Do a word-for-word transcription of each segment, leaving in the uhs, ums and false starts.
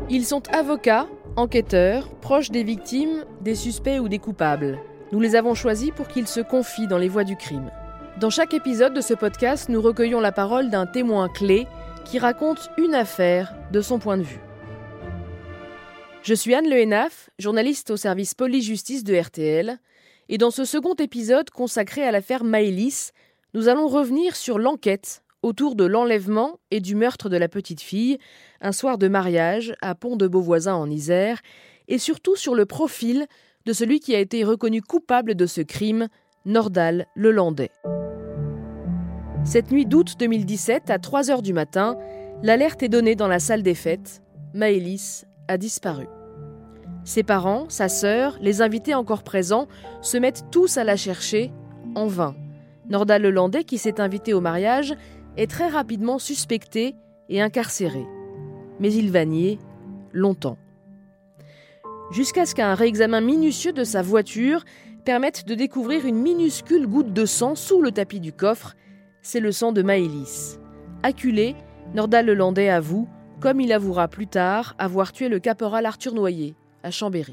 Ils sont avocats, enquêteurs, proches des victimes, des suspects ou des coupables. Nous les avons choisis pour qu'ils se confient dans les voies du crime. Dans chaque épisode de ce podcast, nous recueillons la parole d'un témoin clé qui raconte une affaire de son point de vue. Je suis Anne Le Hénaff, journaliste au service police-justice de R T L, et dans ce second épisode consacré à l'affaire Maëlys, nous allons revenir sur l'enquête autour de l'enlèvement et du meurtre de la petite fille, un soir de mariage à Pont-de-Beauvoisin en Isère, et surtout sur le profil de celui qui a été reconnu coupable de ce crime, Nordal Lelandais. Cette nuit d'août deux mille dix-sept, à trois heures du matin, l'alerte est donnée dans la salle des fêtes. Maëlys a disparu. Ses parents, sa sœur, les invités encore présents se mettent tous à la chercher, en vain. Nordal Lelandais, qui s'est invité au mariage, est très rapidement suspecté et incarcéré. Mais il va nier longtemps. Jusqu'à ce qu'un réexamen minutieux de sa voiture permette de découvrir une minuscule goutte de sang sous le tapis du coffre. C'est le sang de Maëlys. Acculé, Nordal Lelandais avoue, comme il avouera plus tard, avoir tué le caporal Arthur Noyer à Chambéry.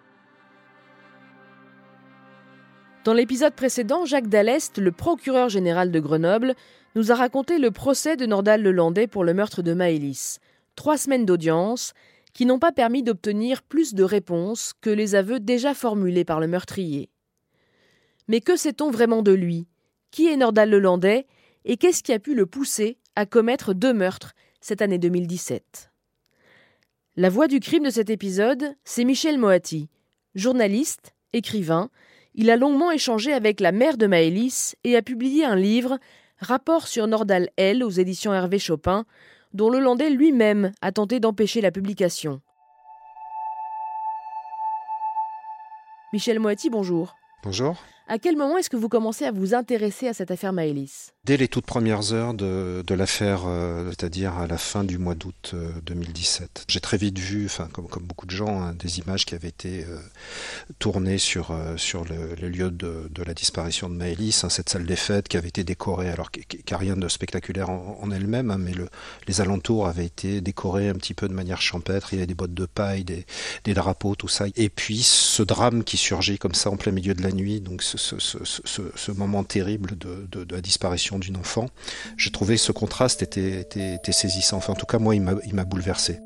Dans l'épisode précédent, Jacques Dallest, le procureur général de Grenoble, nous a raconté le procès de Nordal Lelandais pour le meurtre de Maëlys. Trois semaines d'audience qui n'ont pas permis d'obtenir plus de réponses que les aveux déjà formulés par le meurtrier. Mais que sait-on vraiment de lui ? Qui est Nordal Lelandais et qu'est-ce qui a pu le pousser à commettre deux meurtres cette année deux mille dix-sept ? La voix du crime de cet épisode, c'est Michel Moati. Journaliste, écrivain, il a longuement échangé avec la mère de Maëlys et a publié un livre, Rapport sur Nordal L, aux éditions Hervé Chopin, dont Lelandais lui-même a tenté d'empêcher la publication. Michel Moati, bonjour. Bonjour. À quel moment est-ce que vous commencez à vous intéresser à cette affaire Maëlys ? Dès les toutes premières heures de, de l'affaire, euh, c'est-à-dire à la fin du mois d'août euh, deux mille dix-sept. J'ai très vite vu, enfin comme, comme beaucoup de gens, hein, des images qui avaient été euh, tournées sur, euh, sur le, le lieu de, de la disparition de Maëlys, hein, cette salle des fêtes qui avait été décorée, alors qu'il n'y a rien de spectaculaire en, en elle-même, hein, mais le, les alentours avaient été décorés un petit peu de manière champêtre, il y avait des bottes de paille, des, des drapeaux, tout ça. Et puis ce drame qui surgit comme ça en plein milieu de la nuit, donc ce, ce, ce, ce, ce moment terrible de, de, de la disparition d'une enfant, j'ai trouvé que ce contraste était, était, était saisissant. Enfin, en tout cas, moi, il m'a, il m'a bouleversé.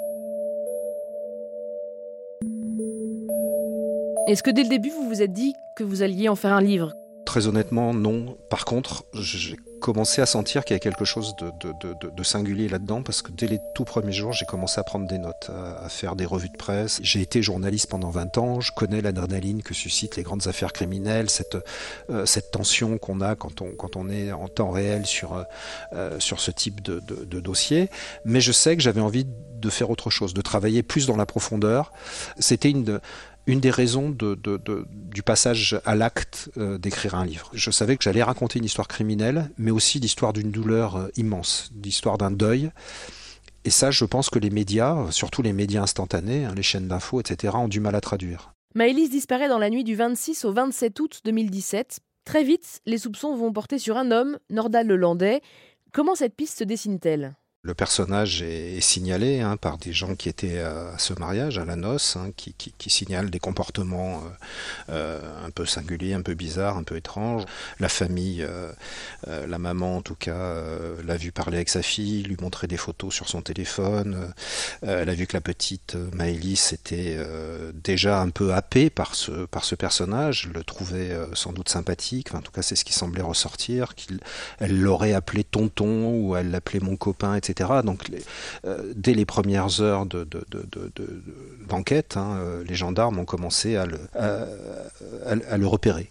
Est-ce que dès le début, vous vous êtes dit que vous alliez en faire un livre ? Très honnêtement, non. Par contre, j'ai commencé à sentir qu'il y a quelque chose de, de, de, de singulier là-dedans, parce que dès les tout premiers jours, j'ai commencé à prendre des notes, à, à faire des revues de presse. J'ai été journaliste pendant vingt ans, je connais l'adrénaline que suscitent les grandes affaires criminelles, cette, euh, cette tension qu'on a quand on, quand on est en temps réel sur, euh, sur ce type de, de, de dossier. Mais je sais que j'avais envie de faire autre chose, de travailler plus dans la profondeur. C'était une... De, Une des raisons de, de, de, du passage à l'acte euh, d'écrire un livre. Je savais que j'allais raconter une histoire criminelle, mais aussi l'histoire d'une douleur euh, immense, l'histoire d'un deuil. Et ça, je pense que les médias, surtout les médias instantanés, hein, les chaînes d'infos, et cetera, ont du mal à traduire. Maëlys disparaît dans la nuit du vingt-six au vingt-sept août deux mille dix-sept. Très vite, les soupçons vont porter sur un homme, Nordal Lelandais. Comment cette piste se dessine-t-elle ? Le personnage est signalé hein, par des gens qui étaient à ce mariage, à la noce, hein, qui, qui, qui signalent des comportements euh, euh, un peu singuliers, un peu bizarres, un peu étranges. La famille, euh, euh, la maman en tout cas, euh, l'a vu parler avec sa fille, lui montrer des photos sur son téléphone. Euh, elle a vu que la petite Maëlys était euh, déjà un peu happée par ce, par ce personnage, le trouvait euh, sans doute sympathique, enfin, en tout cas c'est ce qui semblait ressortir, qu'elle l'aurait appelé tonton ou elle l'appelait mon copain, et cetera. Donc, les, euh, dès les premières heures de, de, de, de, de, d'enquête, hein, euh, les gendarmes ont commencé à le, à, à, à le repérer.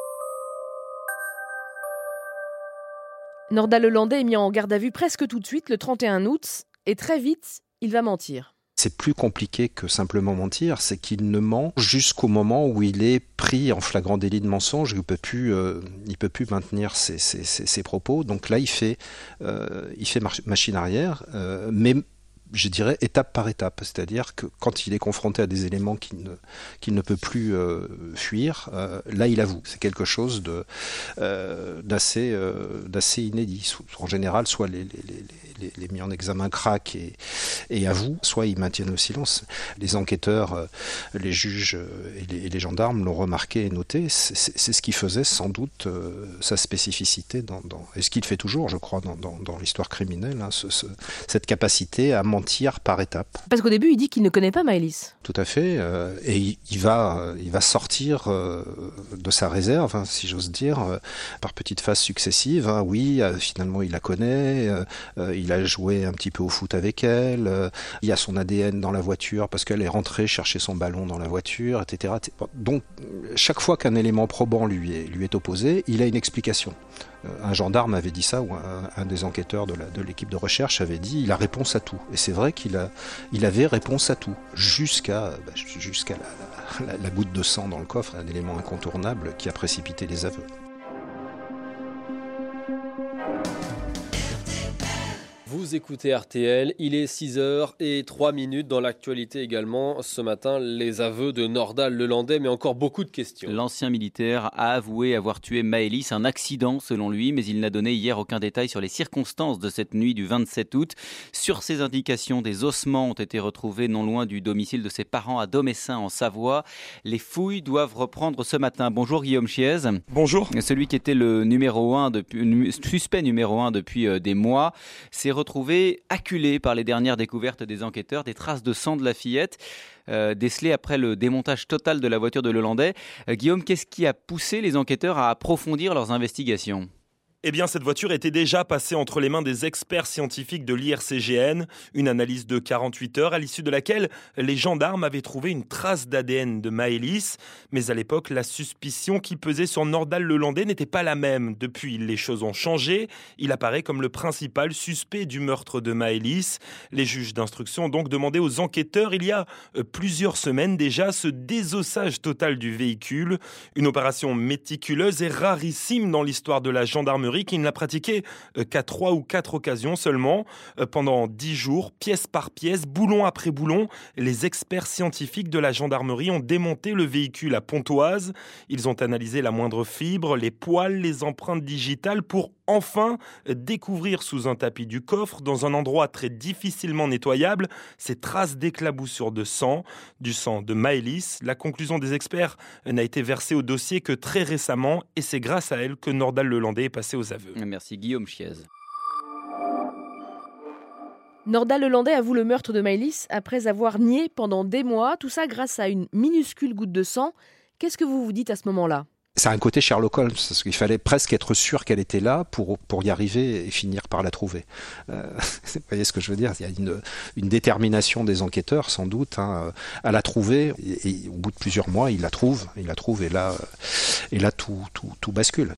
Nordal Lelandais est mis en garde à vue presque tout de suite, le trente et un août, et très vite, il va mentir. C'est plus compliqué que simplement mentir, c'est qu'il ne ment jusqu'au moment où il est pris en flagrant délit de mensonge, il ne peut plus, euh, il peut plus maintenir ses, ses, ses, ses propos. Donc là, il fait, euh, il fait machine arrière, euh, mais je dirais, étape par étape. C'est-à-dire que quand il est confronté à des éléments qu'il ne, qu'il ne peut plus euh, fuir, euh, là, il avoue. C'est quelque chose de, euh, d'assez, euh, d'assez inédit. En général, soit les, les, les, les, les mis en examen craquent et, et avouent, soit ils maintiennent le silence. Les enquêteurs, euh, les juges et les, et les gendarmes l'ont remarqué et noté. C'est, c'est, c'est ce qui faisait sans doute euh, sa spécificité, dans, dans, et ce qu'il fait toujours, je crois, dans, dans, dans l'histoire criminelle, hein, ce, ce, cette capacité à mentir par étapes. Parce qu'au début, il dit qu'il ne connaît pas Maëlys. Tout à fait, euh, et il, il, va, il va sortir euh, de sa réserve, hein, si j'ose dire, euh, par petites phases successives. Hein. Oui, euh, finalement, il la connaît, euh, euh, il a joué un petit peu au foot avec elle, euh, il y a son A D N dans la voiture parce qu'elle est rentrée chercher son ballon dans la voiture, et cetera. Donc, chaque fois qu'un élément probant lui est, lui est opposé, il a une explication. Un gendarme avait dit ça, ou un, un des enquêteurs de, la, de l'équipe de recherche avait dit il a réponse à tout. Et c'est vrai qu'il a, il avait réponse à tout, jusqu'à, bah, jusqu'à la, la, la goutte de sang dans le coffre, un élément incontournable qui a précipité les aveux. Vous écoutez R T L, il est six heures zéro trois minutes. Dans l'actualité également, ce matin, les aveux de Nordal Lelandais, mais encore beaucoup de questions. L'ancien militaire a avoué avoir tué Maëlys, un accident selon lui, mais il n'a donné hier aucun détail sur les circonstances de cette nuit du vingt-sept août. Sur ces indications, des ossements ont été retrouvés non loin du domicile de ses parents à Domessin en Savoie. Les fouilles doivent reprendre ce matin. Bonjour Guillaume Chiez. Bonjour. Celui qui était le numéro un depuis, suspect numéro un depuis des mois, s'est retrouvé acculé par les dernières découvertes des enquêteurs, des traces de sang de la fillette euh, décelées après le démontage total de la voiture de Lelandais. Euh, Guillaume, qu'est-ce qui a poussé les enquêteurs à approfondir leurs investigations ? Eh bien, cette voiture était déjà passée entre les mains des experts scientifiques de l'I R C G N. Une analyse de quarante-huit heures à l'issue de laquelle les gendarmes avaient trouvé une trace d'A D N de Maëlys. Mais à l'époque, la suspicion qui pesait sur Nordal Lelandais n'était pas la même. Depuis, les choses ont changé. Il apparaît comme le principal suspect du meurtre de Maëlys. Les juges d'instruction ont donc demandé aux enquêteurs, il y a plusieurs semaines déjà, ce désossage total du véhicule. Une opération méticuleuse et rarissime dans l'histoire de la gendarmerie, qui ne l'a pratiqué qu'à trois ou quatre occasions seulement. Pendant dix jours, pièce par pièce, boulon après boulon, les experts scientifiques de la gendarmerie ont démonté le véhicule à Pontoise. Ils ont analysé la moindre fibre, les poils, les empreintes digitales pour enfin découvrir sous un tapis du coffre, dans un endroit très difficilement nettoyable, ces traces d'éclaboussures de sang, du sang de Maëlys. La conclusion des experts n'a été versée au dossier que très récemment, et c'est grâce à elle que Nordal Lelandais est passé aux aveux. Merci Guillaume Chiez. Nordal Lelandais avoue le meurtre de Maëlys après avoir nié pendant des mois, tout ça grâce à une minuscule goutte de sang. Qu'est-ce que vous vous dites à ce moment-là ? Ça a un côté Sherlock Holmes, parce qu'il fallait presque être sûr qu'elle était là pour, pour y arriver et finir par la trouver. Euh, vous voyez ce que je veux dire ? Il y a une, une détermination des enquêteurs, sans doute, hein, à la trouver. Et, et au bout de plusieurs mois, ils la trouvent, ils la trouvent, et là, et là tout, tout, tout bascule.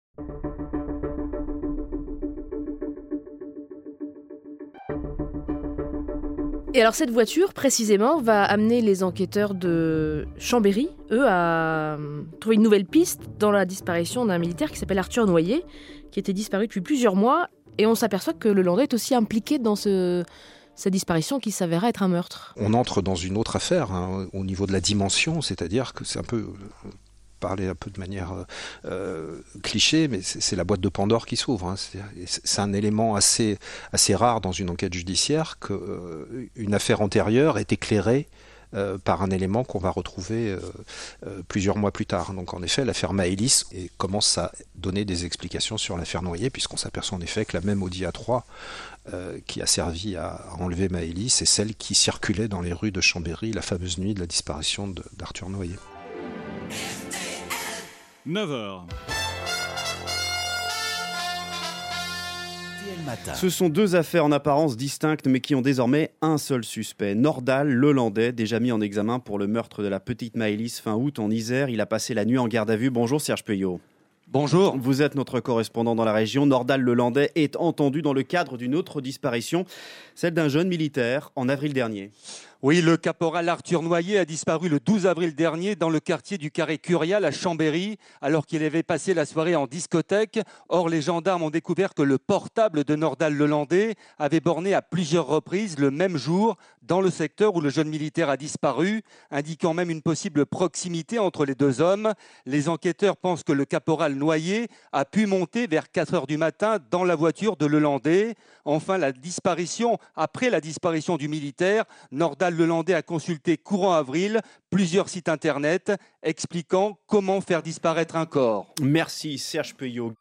Et alors cette voiture, précisément, va amener les enquêteurs de Chambéry, eux, à trouver une nouvelle piste dans la disparition d'un militaire qui s'appelle Arthur Noyer, qui était disparu depuis plusieurs mois. Et on s'aperçoit que Lelandais est aussi impliqué dans ce, cette disparition qui s'avéra être un meurtre. On entre dans une autre affaire, hein, au niveau de la dimension, c'est-à-dire que c'est un peu... parler un peu de manière euh, cliché, mais c'est, c'est la boîte de Pandore qui s'ouvre. Hein. C'est, c'est un élément assez, assez rare dans une enquête judiciaire qu'une euh, affaire antérieure est éclairée euh, par un élément qu'on va retrouver euh, euh, plusieurs mois plus tard. Donc en effet, l'affaire Maëlys et commence à donner des explications sur l'affaire Noyer, puisqu'on s'aperçoit en effet que la même Audi A trois euh, qui a servi à enlever Maëlys est celle qui circulait dans les rues de Chambéry la fameuse nuit de la disparition de, d'Arthur Noyer. neuf heures. Ce sont deux affaires en apparence distinctes mais qui ont désormais un seul suspect. Nordal Lelandais, déjà mis en examen pour le meurtre de la petite Maëlys fin août en Isère. Il a passé la nuit en garde à vue. Bonjour Serge Peuillot. Bonjour. Vous êtes notre correspondant dans la région. Nordal Lelandais est entendu dans le cadre d'une autre disparition, celle d'un jeune militaire en avril dernier. Oui, le caporal Arthur Noyer a disparu le douze avril dernier dans le quartier du Carré Curial à Chambéry, alors qu'il avait passé la soirée en discothèque. Or, les gendarmes ont découvert que le portable de Nordal-Lelandais avait borné à plusieurs reprises le même jour dans le secteur où le jeune militaire a disparu, indiquant même une possible proximité entre les deux hommes. Les enquêteurs pensent que le caporal Noyer a pu monter vers quatre heures du matin dans la voiture de Lelandais. Enfin, la disparition, après la disparition du militaire, Nordal-Lelandais a consulté courant avril plusieurs sites internet expliquant comment faire disparaître un corps. Merci Serge Peuillot.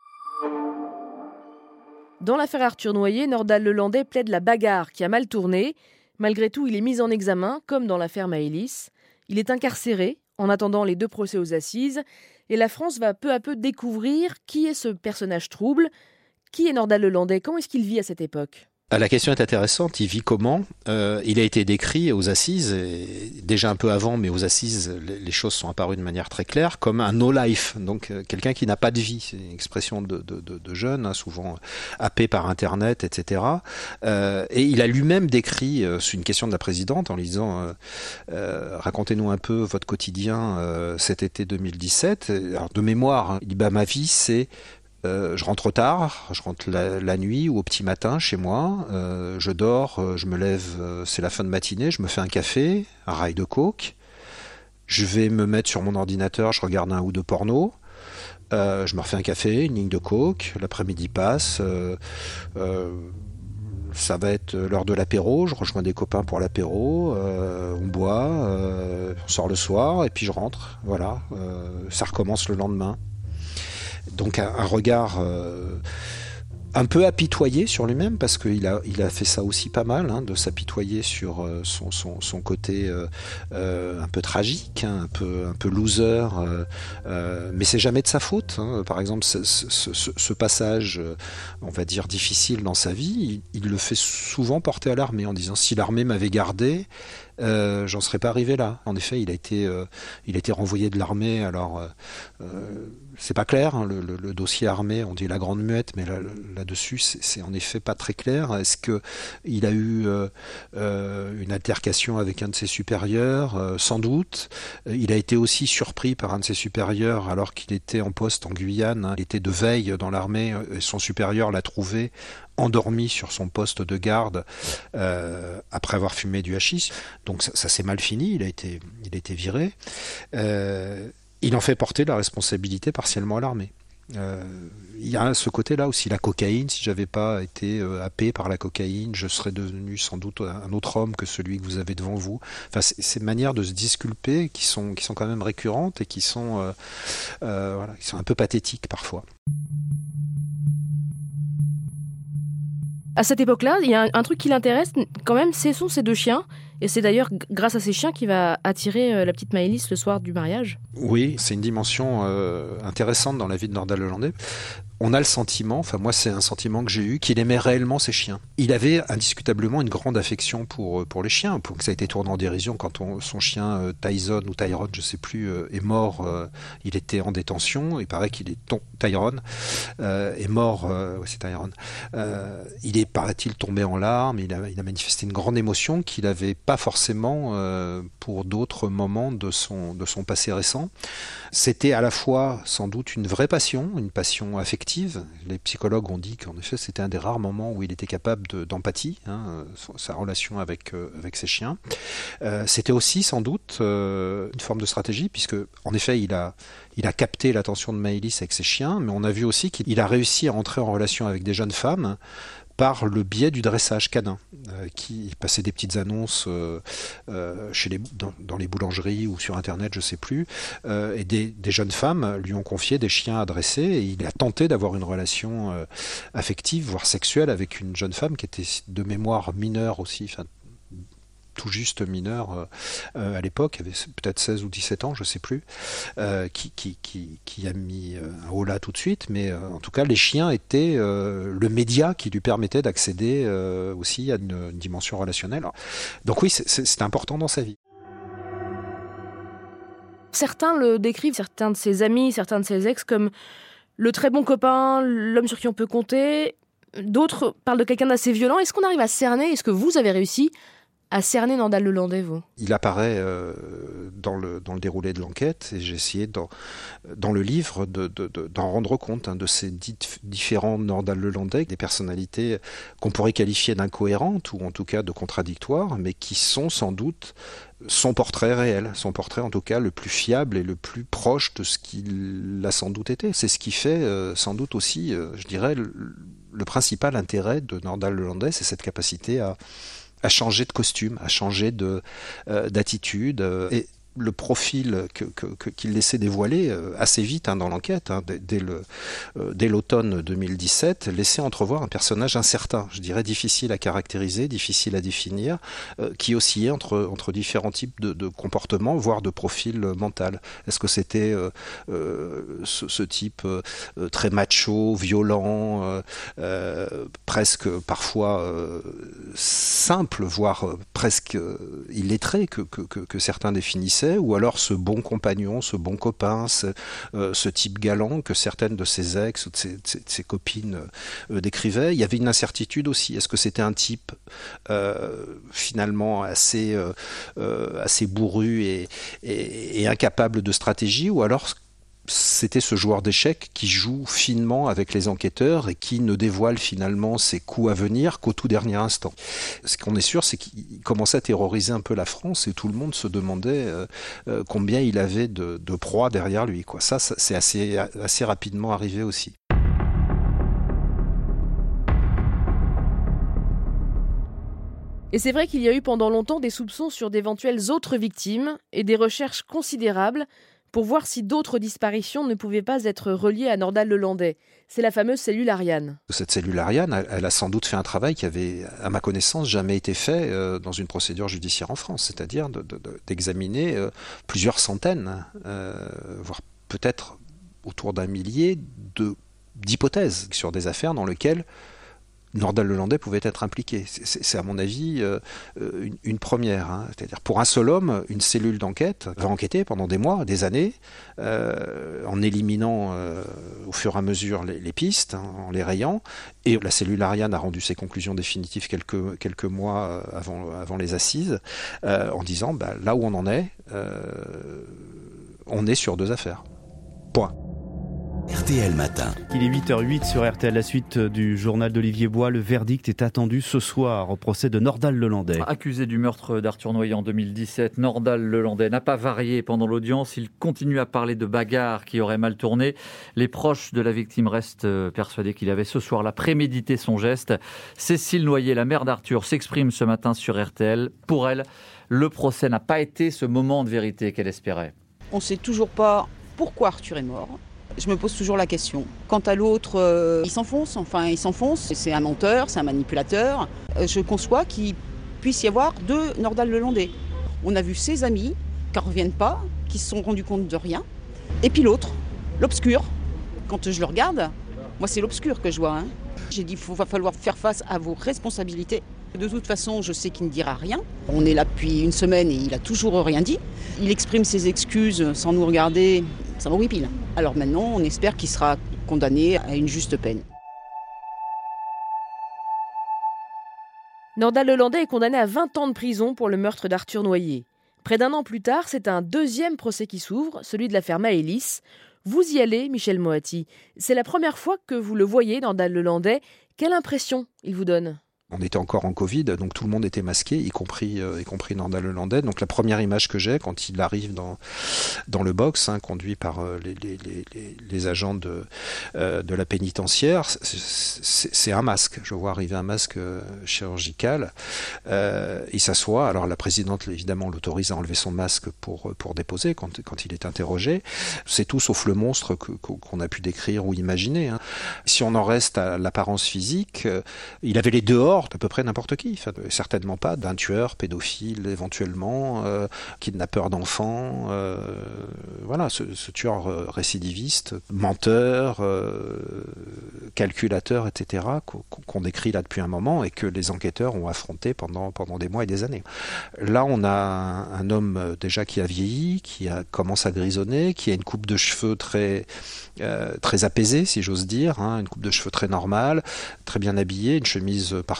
Dans l'affaire Arthur Noyer, Nordal-Lelandais plaide la bagarre qui a mal tourné. Malgré tout, il est mis en examen, comme dans l'affaire Maëlys. Il est incarcéré en attendant les deux procès aux assises. Et la France va peu à peu découvrir qui est ce personnage trouble. Qui est Nordal-Lelandais ? Comment est-ce qu'il vit à cette époque ? La question est intéressante. Il vit comment ? euh, Il a été décrit aux assises, et déjà un peu avant, mais aux assises, les choses sont apparues de manière très claire, comme un no-life, donc euh, quelqu'un qui n'a pas de vie. C'est une expression de, de, de, de jeunes, hein, souvent happés par Internet, et cetera. Euh, et il a lui-même décrit, euh, c'est une question de la présidente, en lui disant euh, euh, « Racontez-nous un peu votre quotidien euh, cet été deux mille dix-sept ». Alors de mémoire, hein, il dit bah, « Ma vie, c'est… » Euh, je rentre tard, je rentre la, la nuit ou au petit matin chez moi, euh, je dors, euh, je me lève, euh, c'est la fin de matinée, je me fais un café, un rail de coke, je vais me mettre sur mon ordinateur, je regarde un ou deux pornos, euh, je me refais un café, une ligne de coke, l'après-midi passe, euh, euh, ça va être l'heure de l'apéro, je rejoins des copains pour l'apéro, euh, on boit, euh, on sort le soir et puis je rentre, voilà, euh, ça recommence le lendemain. Donc un, un regard euh, un peu apitoyé sur lui-même, parce qu'il a, il a fait ça aussi pas mal, hein, de s'apitoyer sur euh, son, son, son côté euh, euh, un peu tragique, hein, un peu, un peu loser, euh, euh, mais c'est jamais de sa faute. Hein. Par exemple, ce, ce, ce, ce passage, euh, on va dire, difficile dans sa vie, il, il le fait souvent porter à l'armée, en disant « si l'armée m'avait gardé, Euh, j'en serais pas arrivé là ». En effet, il a été, euh, il a été renvoyé de l'armée. Alors, euh, euh, c'est pas clair, hein, le, le, le dossier armé, on dit la grande muette, mais là, là-dessus, c'est, c'est en effet pas très clair. Est-ce que il a eu euh, euh, une altercation avec un de ses supérieurs ? euh, Sans doute. Il a été aussi surpris par un de ses supérieurs alors qu'il était en poste en Guyane. Hein. Il était de veille dans l'armée et son supérieur l'a trouvé endormi sur son poste de garde euh, après avoir fumé du hachis. Donc ça, ça s'est mal fini, il a été, il a été viré. Euh, il en fait porter la responsabilité partiellement à l'armée. Euh, il y a ce côté-là aussi, la cocaïne. Si j'avais pas été euh, happé par la cocaïne, je serais devenu sans doute un autre homme que celui que vous avez devant vous. Enfin, c'est, ces manières de se disculper qui sont, qui sont quand même récurrentes et qui sont, euh, euh, voilà, qui sont un peu pathétiques parfois. À cette époque-là, il y a un, un truc qui l'intéresse quand même, ce sont ces deux chiens. Et c'est d'ailleurs grâce à ces chiens qu'il va attirer la petite Maëlys le soir du mariage. Oui, c'est une dimension euh, intéressante dans la vie de Nordal-Lelandais. On a le sentiment, enfin moi c'est un sentiment que j'ai eu, qu'il aimait réellement ses chiens. Il avait indiscutablement une grande affection pour, pour les chiens, pour que ça a été tourné en dérision quand on, son chien euh, Tyson ou Tyrone, je sais plus, euh, est mort. Euh, il était en détention, il paraît qu'il est ton, Tyrone, euh, est mort, euh, ouais, c'est Tyrone. Euh, il est, paraît-il, tombé en larmes, il a, il a manifesté une grande émotion qu'il n'avait pas forcément euh, pour d'autres moments de son, de son passé récent. C'était à la fois sans doute une vraie passion, une passion affective. Les psychologues ont dit qu'en effet c'était un des rares moments où il était capable de, d'empathie, hein, sa relation avec, euh, avec ses chiens. Euh, c'était aussi sans doute euh, une forme de stratégie, puisque en effet il a, il a capté l'attention de Maëlys avec ses chiens, mais on a vu aussi qu'il a réussi à entrer en relation avec des jeunes femmes par le biais du dressage canin, euh, qui passait des petites annonces euh, euh, chez les, dans, dans les boulangeries ou sur Internet, je ne sais plus, euh, et des, des jeunes femmes lui ont confié des chiens à dresser, et il a tenté d'avoir une relation euh, affective, voire sexuelle, avec une jeune femme qui était de mémoire mineure aussi, enfin, tout juste mineur euh, à l'époque, avait peut-être seize ou dix-sept ans, je ne sais plus, euh, qui, qui, qui, qui a mis un holà tout de suite, mais euh, en tout cas les chiens étaient euh, le média qui lui permettait d'accéder euh, aussi à une, une dimension relationnelle. Donc oui, c'est, c'est, c'est important dans sa vie. Certains le décrivent, certains de ses amis, certains de ses ex, comme le très bon copain, l'homme sur qui on peut compter. D'autres parlent de quelqu'un d'assez violent. Est-ce qu'on arrive à cerner, est-ce que vous avez réussi à cerner Nordal Lelandais, vous ? Il apparaît euh, dans, le, dans le déroulé de l'enquête et j'ai essayé dans, dans le livre de, de, de, d'en rendre compte hein, de ces dif- différents Nordal Lelandais, des personnalités qu'on pourrait qualifier d'incohérentes ou en tout cas de contradictoires, mais qui sont sans doute son portrait réel, son portrait en tout cas le plus fiable et le plus proche de ce qu'il a sans doute été. C'est ce qui fait euh, sans doute aussi, euh, je dirais, le, le principal intérêt de Nordal Lelandais, c'est cette capacité à à changer de costume, à changer de, euh, d'attitude. Euh, et le profil que, que, que, qu'il laissait dévoiler euh, assez vite hein, dans l'enquête, hein, dès, dès, le, euh, dès l'automne deux mille dix-sept, laissait entrevoir un personnage incertain, je dirais difficile à caractériser, difficile à définir, euh, qui oscillait entre, entre différents types de, de comportements, voire de profil mental. Est-ce que c'était euh, euh, ce, ce type euh, très macho, violent, euh, euh, presque parfois euh, simple, voire euh, presque euh, illettré que, que, que, que certains définissaient, ou alors ce bon compagnon, ce bon copain, ce, euh, ce type galant que certaines de ses ex ou de ses, de ses, de ses copines euh, décrivaient. Il y avait une incertitude aussi. Est-ce que c'était un type euh, finalement assez, euh, euh, assez bourru et, et, et incapable de stratégie, ou alors c'était ce joueur d'échecs qui joue finement avec les enquêteurs et qui ne dévoile finalement ses coups à venir qu'au tout dernier instant. Ce qu'on est sûr, c'est qu'il commençait à terroriser un peu la France et tout le monde se demandait euh, euh, combien il avait de, de proies derrière lui, quoi. Ça, ça, c'est assez, assez rapidement arrivé aussi. Et c'est vrai qu'il y a eu pendant longtemps des soupçons sur d'éventuelles autres victimes et des recherches considérables pour voir si d'autres disparitions ne pouvaient pas être reliées à Nordal Lelandais. C'est la fameuse cellule Ariane. Cette cellule Ariane, elle, elle a sans doute fait un travail qui avait, à ma connaissance, jamais été fait euh, dans une procédure judiciaire en France, c'est-à-dire de, de, de, d'examiner euh, plusieurs centaines, euh, voire peut-être autour d'un millier de, d'hypothèses sur des affaires dans lesquelles Nordal Lelandais pouvait être impliqué. C'est, c'est à mon avis euh, une, une première. Hein. C'est-à-dire pour un seul homme, une cellule d'enquête va enquêter pendant des mois, des années, euh, en éliminant euh, au fur et à mesure les, les pistes, hein, en les rayant. Et la cellule Ariane a rendu ses conclusions définitives quelques, quelques mois avant, avant les assises, euh, en disant bah, là où on en est, euh, on est sur deux affaires. Point. R T L Matin. Il est huit heures huit sur R T L, la suite du journal d'Olivier Bois. Le verdict est attendu ce soir au procès de Nordal Lelandais. Accusé du meurtre d'Arthur Noyer en deux mille dix-sept, Nordal Lelandais n'a pas varié pendant l'audience. Il continue à parler de bagarres qui auraient mal tourné. Les proches de la victime restent persuadés qu'il avait ce soir-là prémédité son geste. Cécile Noyer, la mère d'Arthur, s'exprime ce matin sur R T L. Pour elle, le procès n'a pas été ce moment de vérité qu'elle espérait. On ne sait toujours pas pourquoi Arthur est mort. Je me pose toujours la question. Quant à l'autre, euh, il s'enfonce, enfin il s'enfonce, c'est un menteur, c'est un manipulateur. Euh, je conçois qu'il puisse y avoir deux Nordal Lelandais. On a vu ses amis qui ne reviennent pas, qui se sont rendus compte de rien. Et puis l'autre, l'obscur. Quand je le regarde, moi c'est l'obscur que je vois. Hein. J'ai dit qu'il va falloir faire face à vos responsabilités. De toute façon, je sais qu'il ne dira rien. On est là depuis une semaine et il n'a toujours rien dit. Il exprime ses excuses sans nous regarder. Ça m'horripile. Alors maintenant, on espère qu'il sera condamné à une juste peine. Nordal Lelandais est condamné à vingt ans de prison pour le meurtre d'Arthur Noyer. Près d'un an plus tard, c'est un deuxième procès qui s'ouvre, celui de l'affaire Maëlys. Vous y allez, Michel Moati. C'est la première fois que vous le voyez, Nordal Lelandais. Quelle impression il vous donne ? On était encore en Covid, donc tout le monde était masqué, y compris, euh, y compris Nordal Lelandais. Donc la première image que j'ai quand il arrive dans dans le box, hein, conduit par euh, les, les, les, les agents de euh, de la pénitentiaire, c'est, c'est, c'est un masque. Je vois arriver un masque euh, chirurgical. Euh, il s'assoit. Alors la présidente évidemment l'autorise à enlever son masque pour pour déposer quand quand il est interrogé. C'est tout sauf le monstre que, qu'on a pu décrire ou imaginer. Hein. Si on en reste à l'apparence physique, euh, il avait les dehors à peu près n'importe qui, enfin, certainement pas d'un tueur, pédophile éventuellement, euh, kidnappeur d'enfants, euh, voilà, ce, ce tueur euh, récidiviste, menteur, euh, calculateur, et cetera, qu'on, qu'on décrit là depuis un moment et que les enquêteurs ont affronté pendant, pendant des mois et des années. Là, on a un, un homme déjà qui a vieilli, qui a, commence à grisonner, qui a une coupe de cheveux très, euh, très apaisée, si j'ose dire, hein, une coupe de cheveux très normale, très bien habillée, une chemise parfaite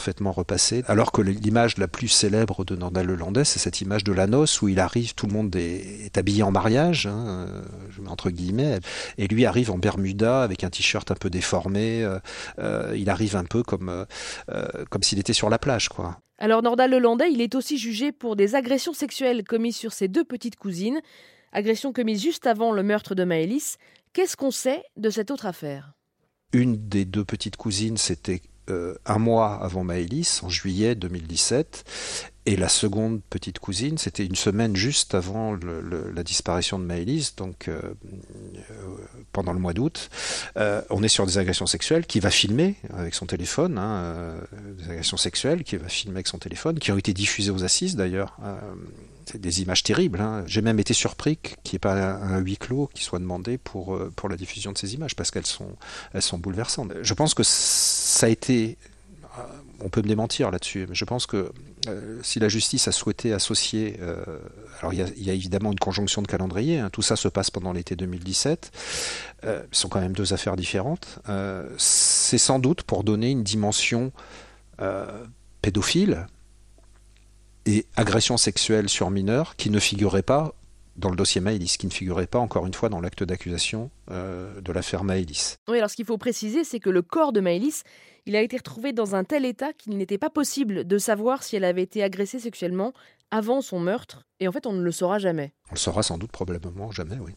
parfaitement repassé. Alors que l'image la plus célèbre de Nordal-Lelandais, c'est cette image de la noce où il arrive, tout le monde est, est habillé en mariage, hein, je mets entre guillemets, et lui arrive en Bermuda avec un t-shirt un peu déformé. Euh, euh, il arrive un peu comme, euh, comme s'il était sur la plage, quoi. Alors Nordal-Lelandais, il est aussi jugé pour des agressions sexuelles commises sur ses deux petites cousines, agressions commises juste avant le meurtre de Maëlys. Qu'est-ce qu'on sait de cette autre affaire ? Une des deux petites cousines, c'était euh, un mois avant Maëlys, en juillet deux mille dix-sept, et la seconde petite cousine, c'était une semaine juste avant le, le, la disparition de Maëlys, donc euh, euh, pendant le mois d'août. Euh, on est sur des agressions sexuelles qu'il va filmer avec son téléphone, hein, euh, des agressions sexuelles qu'il va filmer avec son téléphone, qui ont été diffusées aux assises d'ailleurs. Euh, C'est des images terribles. Hein. J'ai même été surpris qu'il n'y ait pas un, un huis clos qui soit demandé pour, pour la diffusion de ces images, parce qu'elles sont, elles sont bouleversantes. Je pense que ça a été... On peut me démentir là-dessus, mais je pense que euh, si la justice a souhaité associer... Euh, alors il y, y a évidemment une conjonction de calendrier, hein, tout ça se passe pendant l'été deux mille dix-sept, euh, ce sont quand même deux affaires différentes. Euh, c'est sans doute pour donner une dimension euh, pédophile et agression sexuelle sur mineurs qui ne figurait pas dans le dossier Maëlys, qui ne figurait pas encore une fois dans l'acte d'accusation euh, de l'affaire Maëlys. Oui, alors ce qu'il faut préciser, c'est que le corps de Maëlys, il a été retrouvé dans un tel état qu'il n'était pas possible de savoir si elle avait été agressée sexuellement avant son meurtre, et en fait on ne le saura jamais. On le saura sans doute probablement jamais, oui.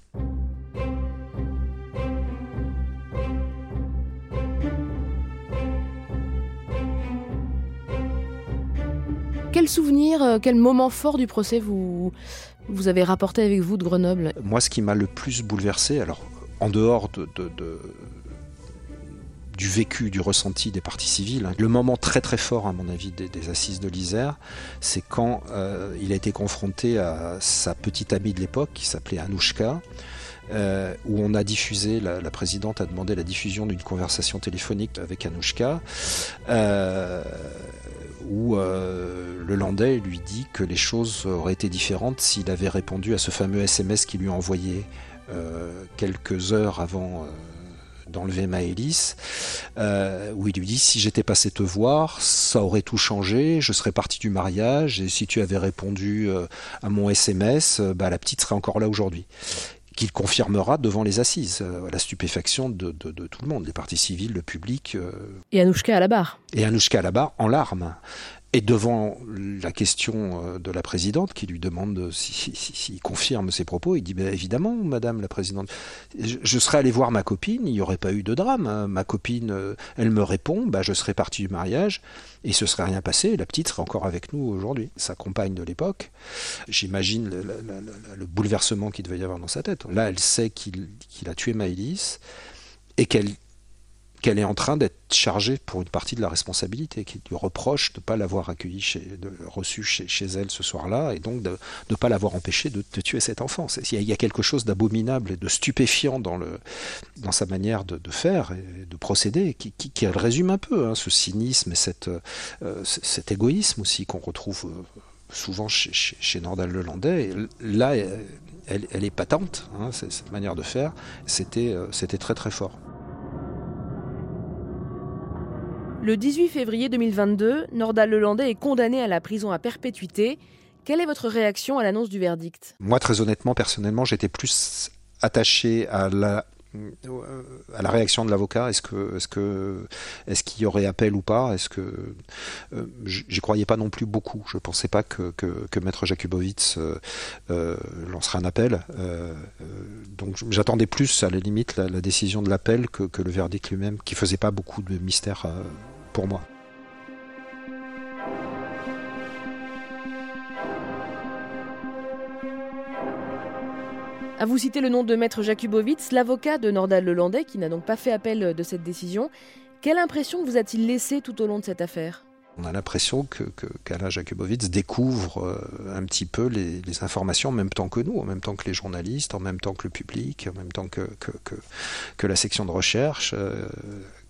Quel souvenir, quel moment fort du procès vous, vous avez rapporté avec vous de Grenoble ? Moi, ce qui m'a le plus bouleversé, alors en dehors de, de, de, du vécu, du ressenti des parties civiles, hein, le moment très très fort, à mon avis, des, des assises de l'Isère, c'est quand euh, il a été confronté à sa petite amie de l'époque, qui s'appelait Anouchka, Euh, où on a diffusé, la, la présidente a demandé la diffusion d'une conversation téléphonique avec Anouchka, euh, où euh, le Landais lui dit que les choses auraient été différentes s'il avait répondu à ce fameux S M S qu'il lui a envoyé euh, quelques heures avant euh, d'enlever Maëlys, euh, où il lui dit: si j'étais passé te voir, ça aurait tout changé, je serais parti du mariage, et si tu avais répondu euh, à mon S M S, euh, bah, la petite serait encore là aujourd'hui. Qu'il confirmera devant les assises, euh, à la stupéfaction de, de, de tout le monde, les parties civiles, le public. Euh, et Anouchka à la barre. Et Anouchka à la barre, en larmes. Et devant la question de la présidente, qui lui demande s'il si, si, si confirme ses propos, il dit bah, évidemment, madame la présidente, je, je serais allé voir ma copine, il n'y aurait pas eu de drame. Hein. Ma copine, elle me répond, bah, je serais parti du mariage, et il ne se serait rien passé, la petite serait encore avec nous aujourd'hui. Sa compagne de l'époque, j'imagine le, le, le, le bouleversement qu'il devait y avoir dans sa tête. Là, elle sait qu'il, qu'il a tué Maëlys, et qu'elle qu'elle est en train d'être chargée pour une partie de la responsabilité, qui lui reproche de ne pas l'avoir accueillie, chez, de, reçue chez, chez elle ce soir-là, et donc de ne pas l'avoir empêché de, de tuer cet enfant. Il y a quelque chose d'abominable et de stupéfiant dans, le, dans sa manière de, de faire et de procéder, qui, qui, qui résume un peu hein, ce cynisme et cette, euh, cet égoïsme aussi qu'on retrouve souvent chez, chez, chez Nordal-Lelandais. Et là, elle, elle est patente, hein, cette manière de faire, c'était, c'était très très fort. Le dix-huit février deux mille vingt-deux, Nordal-Lelandais est condamné à la prison à perpétuité. Quelle est votre réaction à l'annonce du verdict ? Moi, très honnêtement, personnellement, j'étais plus attaché à la, à la réaction de l'avocat. Est-ce que, est-ce que, est-ce qu'il y aurait appel ou pas ? Est-ce que euh, j'y croyais pas non plus beaucoup. Je pensais pas que que, que Maître Jakubowicz euh, euh, lancerait un appel. Euh, donc, j'attendais plus à la limite la, la décision de l'appel que, que le verdict lui-même, qui faisait pas beaucoup de mystère euh, pour moi. À vous citer le nom de Maître Jakubowicz, l'avocat de Nordal-Lelandais, qui n'a donc pas fait appel de cette décision. Quelle impression vous a-t-il laissé tout au long de cette affaire ? On a l'impression que, que, qu'Alain Jakubowicz découvre euh, un petit peu les, les informations en même temps que nous, en même temps que les journalistes, en même temps que le public, en même temps que, que, que, que la section de recherche, euh,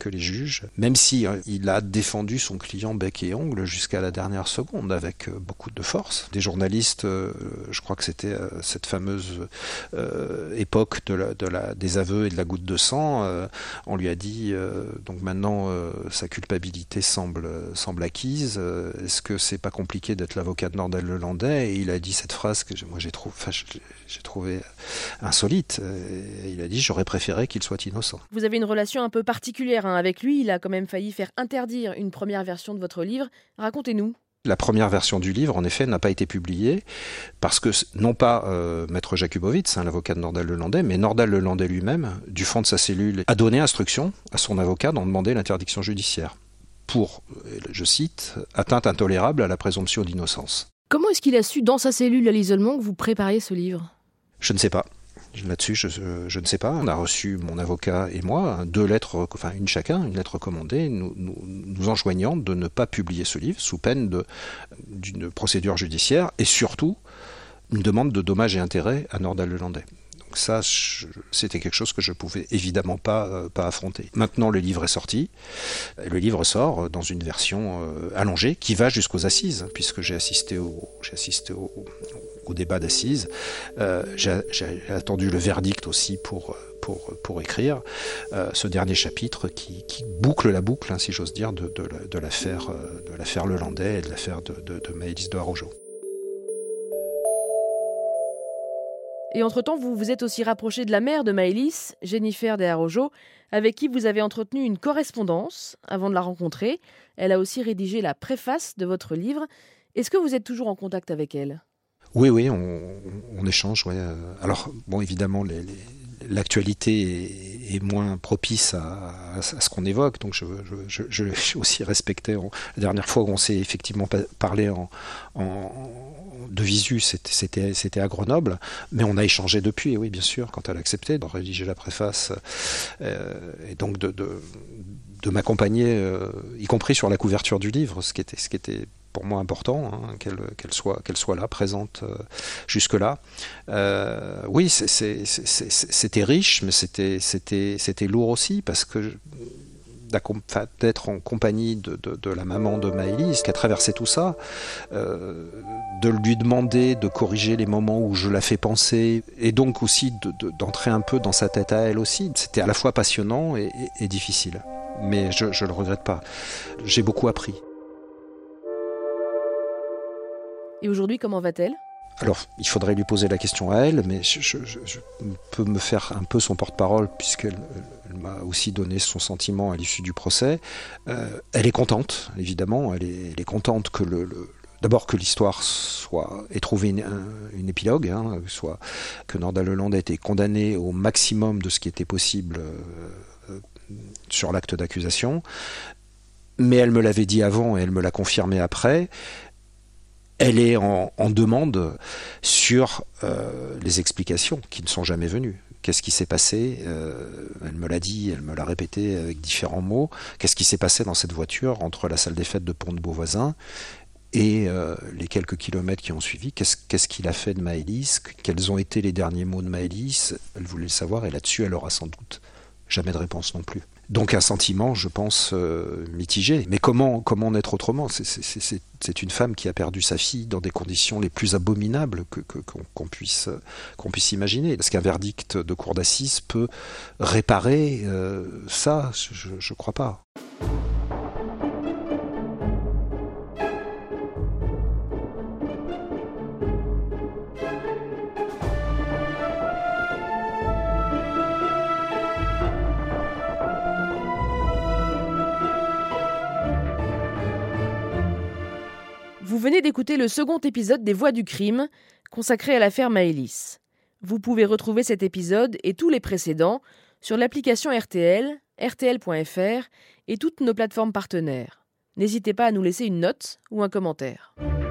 que les juges, même si hein, il a défendu son client bec et ongle jusqu'à la dernière seconde avec euh, beaucoup de force. Des journalistes, euh, je crois que c'était euh, cette fameuse euh, époque de la, de la, des aveux et de la goutte de sang, euh, on lui a dit euh, donc maintenant euh, sa culpabilité semble, semble acquise, euh, est-ce que c'est pas compliqué d'être l'avocat de Nordal-Lelandais? Et il a dit cette phrase que moi j'ai trouvé, enfin, j'ai trouvé insolite. Et il a dit j'aurais préféré qu'il soit innocent. Vous avez une relation un peu particulière hein, avec lui, il a quand même failli faire interdire une première version de votre livre. Racontez-nous. La première version du livre, en effet, n'a pas été publiée parce que, non pas euh, Maître Jakubowicz, hein, l'avocat de Nordal-Lelandais, mais Nordal-Lelandais lui-même, du fond de sa cellule, a donné instruction à son avocat d'en demander l'interdiction judiciaire pour, je cite, atteinte intolérable à la présomption d'innocence. Comment est-ce qu'il a su, dans sa cellule à l'isolement, que vous prépariez ce livre ? Je ne sais pas. Là-dessus, je, je ne sais pas. On a reçu, mon avocat et moi, deux lettres, enfin une chacun, une lettre recommandée, nous, nous, nous enjoignant de ne pas publier ce livre sous peine de, d'une procédure judiciaire et surtout une demande de dommages et intérêts à Nordal-Lelandais. Donc ça, je, c'était quelque chose que je ne pouvais évidemment pas, euh, pas affronter. Maintenant, le livre est sorti. Le livre sort dans une version euh, allongée qui va jusqu'aux assises, puisque j'ai assisté au, j'ai assisté au, au débat d'assises. Euh, j'ai, j'ai attendu le verdict aussi pour, pour, pour écrire euh, ce dernier chapitre qui, qui boucle la boucle, hein, si j'ose dire, de, de, de, l'affaire, de l'affaire Lelandais et de l'affaire de, de, de Maëlys de Haraujot. Et entre-temps, vous vous êtes aussi rapproché de la mère de Maëlys, Jennifer de Haraujot, avec qui vous avez entretenu une correspondance avant de la rencontrer. Elle a aussi rédigé la préface de votre livre. Est-ce que vous êtes toujours en contact avec elle ? Oui, oui, on, on échange. Ouais. Alors, bon, évidemment, les, les, l'actualité est, est moins propice à, à, à ce qu'on évoque, donc je, je, je, je l'ai aussi respecté. On, la dernière fois où on s'est effectivement parlé en, en, de visu, c'était, c'était, c'était à Grenoble, mais on a échangé depuis, oui, bien sûr, quand elle a accepté de rédiger la préface, euh, et donc de, de, de m'accompagner, euh, y compris sur la couverture du livre, ce qui était... Ce qui était pour moi important, hein, qu'elle, qu'elle, soit, qu'elle soit là, présente euh, jusque-là. Euh, oui, c'est, c'est, c'est, c'est, c'était riche, mais c'était, c'était, c'était lourd aussi, parce que d'être en compagnie de, de, de la maman de Maëlys, qui a traversé tout ça, euh, de lui demander de corriger les moments où je la fais penser, et donc aussi de, de, d'entrer un peu dans sa tête à elle aussi. C'était à la fois passionnant et, et, et difficile. Mais je ne le regrette pas. J'ai beaucoup appris. Et aujourd'hui, comment va-t-elle ? Alors, il faudrait lui poser la question à elle, mais je, je, je, je peux me faire un peu son porte-parole, puisqu'elle elle m'a aussi donné son sentiment à l'issue du procès. Euh, elle est contente, évidemment. Elle est, elle est contente que le, le d'abord que l'histoire soit ait trouvé une, un, une épilogue, hein, soit que Nordal-Lelandais ait été condamné au maximum de ce qui était possible euh, sur l'acte d'accusation. Mais elle me l'avait dit avant et elle me l'a confirmé après. Elle est en, en demande sur euh, les explications qui ne sont jamais venues. Qu'est-ce qui s'est passé ? euh, Elle me l'a dit, elle me l'a répété avec différents mots. Qu'est-ce qui s'est passé dans cette voiture entre la salle des fêtes de Pont-de-Beauvoisin et euh, les quelques kilomètres qui ont suivi ? Qu'est-ce, qu'est-ce qu'il a fait de Maëlys ? Quels ont été les derniers mots de Maëlys ? Elle voulait le savoir et là-dessus, elle aura sans doute jamais de réponse non plus. Donc un sentiment, je pense, euh, mitigé. Mais comment, comment en être autrement ? c'est, c'est, c'est, c'est une femme qui a perdu sa fille dans des conditions les plus abominables que, que, qu'on, qu'on, puisse, qu'on puisse imaginer. Est-ce qu'un verdict de cour d'assises peut réparer euh, ça ? Je ne crois pas. Vous venez d'écouter le second épisode des Voix du crime, consacré à l'affaire Maëlys. Vous pouvez retrouver cet épisode et tous les précédents sur l'application R T L, R T L point F R et toutes nos plateformes partenaires. N'hésitez pas à nous laisser une note ou un commentaire.